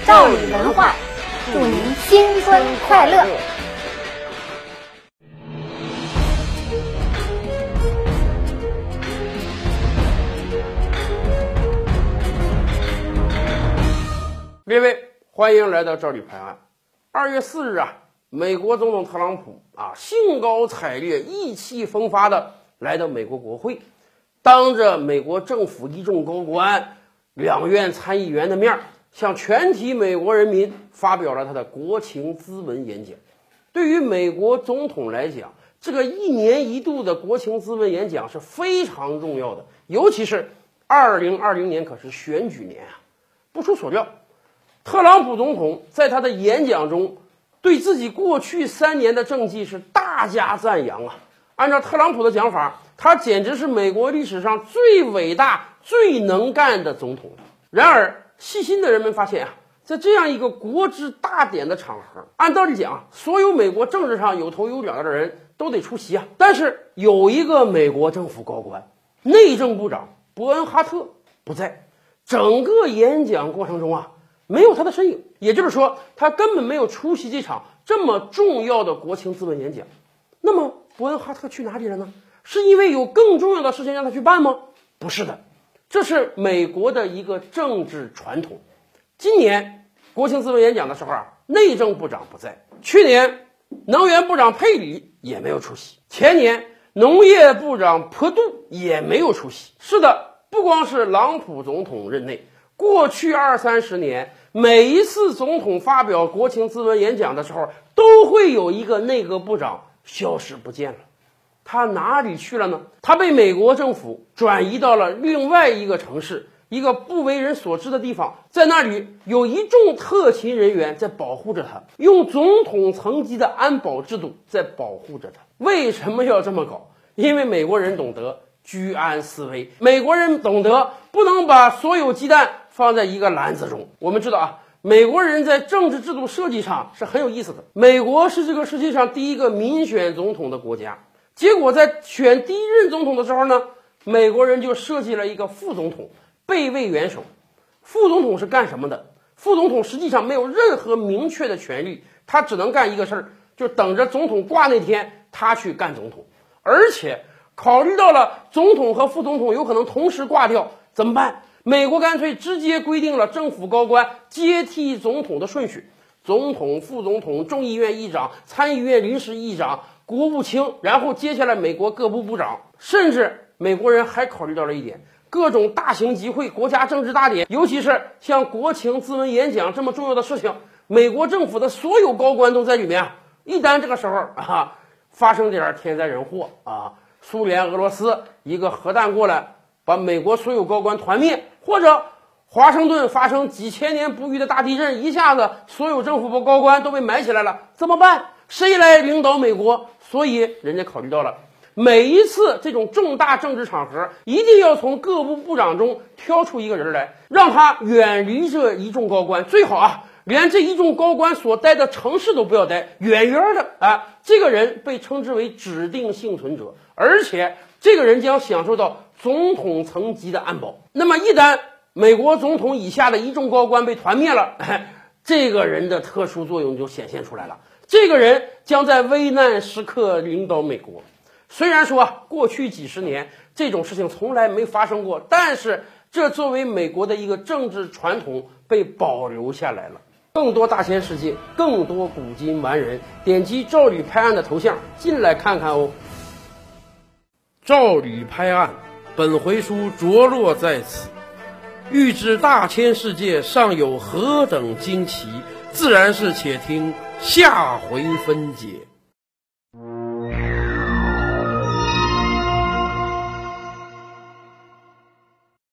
赵李文化，祝您新春快乐！ 列位，欢迎来到赵李拍案。2月4日美国总统特朗普兴高采烈、意气风发的来到美国国会，当着美国政府一众高官、两院参议员的面，向全体美国人民发表了他的国情咨文演讲。对于美国总统来讲，这个1年1度的国情咨文演讲是非常重要的，尤其是2020年可是选举年不出所料，特朗普总统在他的演讲中对自己过去3年的政绩是大加赞扬按照特朗普的讲法，他简直是美国历史上最伟大、最能干的总统。然而，细心的人们发现在这样一个国之大典的场合，按道理讲所有美国政治上有头有脚的人都得出席但是有一个美国政府高官，内政部长伯恩哈特不在，整个演讲过程中没有他的身影，也就是说，他根本没有出席这场这么重要的国情咨文演讲。那么，伯恩哈特去哪里了呢？是因为有更重要的事情让他去办吗？不是的，这是美国的一个政治传统。今年国情咨文演讲的时候内政部长不在；去年能源部长佩里也没有出席；前年农业部长朴杜也没有出席。是的，不光是朗普总统任内，过去20-30年，每一次总统发表国情咨文演讲的时候，都会有一个内阁部长消失不见了。他哪里去了呢？他被美国政府转移到了另外一个城市，一个不为人所知的地方，在那里有一众特勤人员在保护着他，用总统层级的安保制度在保护着他。为什么要这么搞？因为美国人懂得居安思危，美国人懂得不能把所有鸡蛋放在一个篮子中。我们知道美国人在政治制度设计上是很有意思的。美国是这个世界上第一个民选总统的国家，结果在选第一任总统的时候呢，美国人就设计了一个副总统，备位元首。副总统是干什么的？副总统实际上没有任何明确的权利，他只能干一个事儿，就等着总统挂那天他去干总统。而且考虑到了总统和副总统有可能同时挂掉，怎么办？美国干脆直接规定了政府高官接替总统的顺序：总统、副总统、众议院议长、参议院临时议长、国务卿，然后接下来美国各部部长。甚至美国人还考虑到了一点，各种大型集会、国家政治大典，尤其是像国情咨文演讲这么重要的事情，美国政府的所有高官都在里面。一旦这个时候发生点天灾人祸苏联、俄罗斯一个核弹过来，把美国所有高官团灭，或者华盛顿发生几千年不遇的大地震，一下子所有政府高官都被埋起来了，怎么办？谁来领导美国？所以人家考虑到了，每一次这种重大政治场合，一定要从各部部长中挑出一个人来，让他远离这一众高官，最好连这一众高官所待的城市都不要待，远远的这个人被称之为指定幸存者，而且这个人将享受到总统层级的安保。那么一旦美国总统以下的一众高官被团灭了，这个人的特殊作用就显现出来了，这个人将在危难时刻领导美国。虽然说过去几十年这种事情从来没发生过，但是这作为美国的一个政治传统被保留下来了。更多大千世界，更多古今完人，点击赵吕拍案的头像进来看看哦。赵吕拍案，本回书着落在此。欲知大千世界尚有何等惊奇，自然是且听下回分解。